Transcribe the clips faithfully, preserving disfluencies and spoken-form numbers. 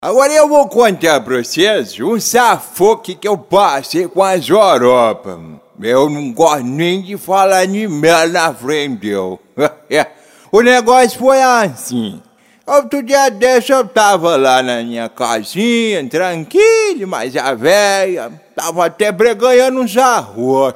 Agora eu vou contar pra vocês um safoque que eu passei com as Europa. Eu não gosto nem de falar de mel na frente, eu. O negócio foi assim. Outro dia desse eu tava lá na minha casinha, tranquilo, mas a véia tava até breganhando uns arroz.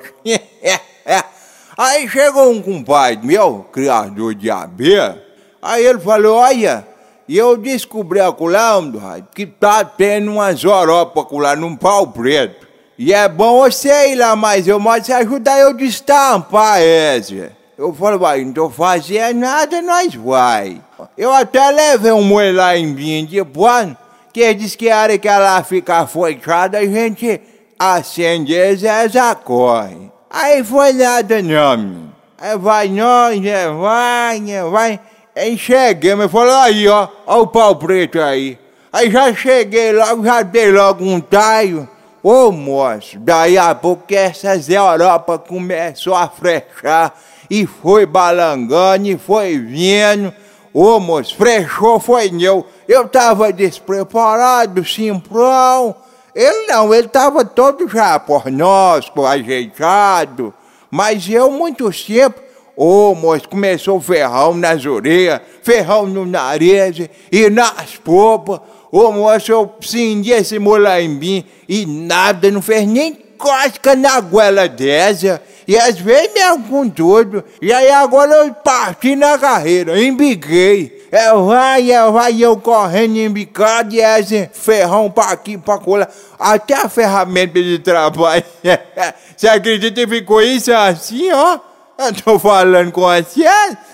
Aí chegou um compadre meu, criador de abelha, aí ele falou, olha, e eu descobri acolá, que tá tendo umas Europa acolá num pau preto. E é bom você ir lá, mas eu mas ajudar eu a destampar esse. Eu falei, vai, não tô fazendo nada, nós vai. Eu até levei um molho lá em vinho de pano, que ele disse que a hora que ela fica fechada, a gente acende essa corre. Aí foi nada não, aí vai nós, vai, vai. Aí cheguei, me falou, aí ó, ó o pau preto aí. Aí já cheguei logo, já dei logo um taio. Ô moço, daí a pouco essas Europa começou a frechar. E foi balangando, e foi vindo. Ô moço, frechou, foi eu. Eu tava despreparado, simplão. Ele não, ele tava todo já pornosco, ajeitado. Mas eu muito simples. Ô, oh, moço, começou ferrão nas orelhas, ferrão no nariz e nas popas. Ô, oh, moço, eu cendi esse molambim e nada, não fez nem cosca na goela dessa. E às vezes mesmo com tudo. E aí agora eu parti na carreira, embiguei. É, vai, é, vai, eu correndo embicado e esse ferrão pra aqui, pra colar. Até a ferramenta de trabalho. Você acredita que ficou isso assim, ó? Eu tô falando com você.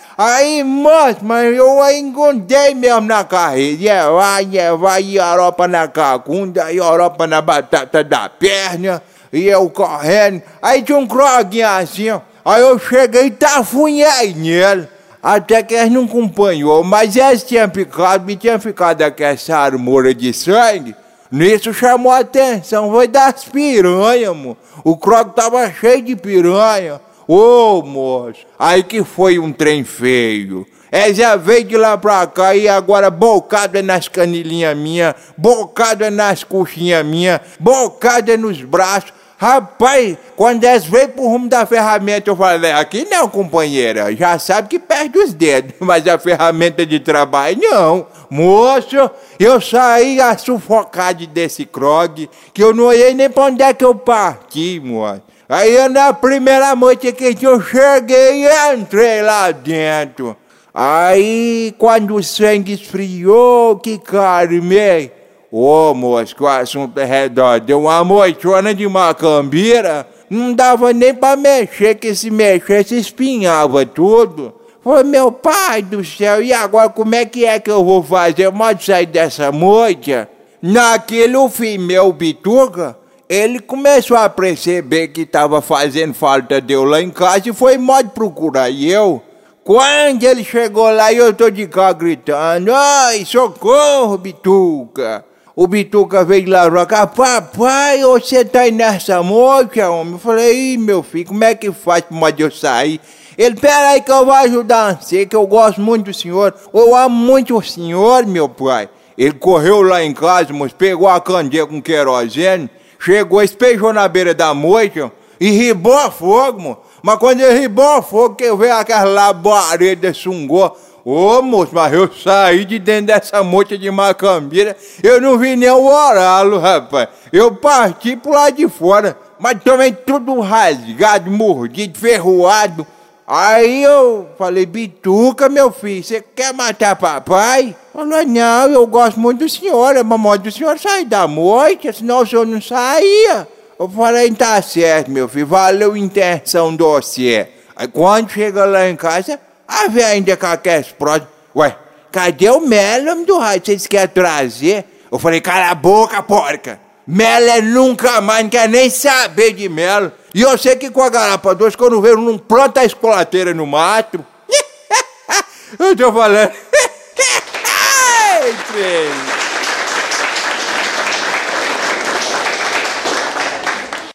Aí, moço, mas eu encontrei mesmo na carreira. É, vai, é, vai, Europa na cacunda, Europa na batata da perna. E eu correndo. Aí tinha um croguinho assim, ó. Aí eu cheguei e tafunhei nele. Até que eles não acompanhou. Mas eles tinham ficado, me tinham ficado aqui essa armura de sangue. Nisso chamou a atenção, foi das piranhas, mo. O crogue tava cheio de piranha. Ô, oh, moço, aí que foi um trem feio. É, já veio de lá pra cá e agora bocada nas canelinhas minhas, bocada nas coxinhas minhas, bocada nos braços. Rapaz, quando eles veio pro rumo da ferramenta, eu falei, aqui não, companheira, já sabe que perde os dedos, mas a ferramenta de trabalho não. Moço, eu saí a sufocado desse crogue, que eu não olhei nem pra onde é que eu parti, moço. Aí na primeira noite que eu cheguei, entrei lá dentro. Aí quando o sangue esfriou, que carmei. Ô moço, que o assunto é redor, deu uma moitona de macambira. Não dava nem pra mexer, que se mexesse espinhava tudo. Foi meu pai do céu, e agora como é que é que eu vou fazer? Eu modo sair dessa moita? Naquele fim meu bituca, ele começou a perceber que estava fazendo falta de eu lá em casa e foi modo procurar eu. Quando ele chegou lá, eu tô de cá gritando, ai, socorro, Bituca. O Bituca veio lá pra cá, papai, você tá aí nessa moita, homem? Eu falei, ih, meu filho, como é que faz pra modo eu sair? Ele, peraí que eu vou ajudar você, que eu gosto muito do senhor, eu amo muito o senhor, meu pai. Ele correu lá em casa, mas pegou a candeia com querosene, chegou, espejou na beira da moita e ribou a fogo, mo. Mas quando ele ribou a fogo, que veio aquela labareda, sungou. Ô, moço, mas eu saí de dentro dessa moita de macambira, eu não vi nem o oralo, rapaz. Eu parti pro lado de fora, mas também tudo rasgado, mordido, ferroado. Aí eu falei, Bituca, meu filho, você quer matar papai? Falou, não, eu gosto muito do senhor, é mamãe do senhor sair da moita, senão o senhor não saía. Eu falei, tá certo, meu filho, valeu a intenção do você. Aí quando chega lá em casa, a velha ainda com aquelas próteses, ué, cadê o mel, do raio, vocês querem trazer? Eu falei, cala a boca, porca. Mel é nunca mais, não quer nem saber de mel. E eu sei que com a garapa doce, quando veio, não planta a escolateira no mato. Eu tô falando. Ei, trem.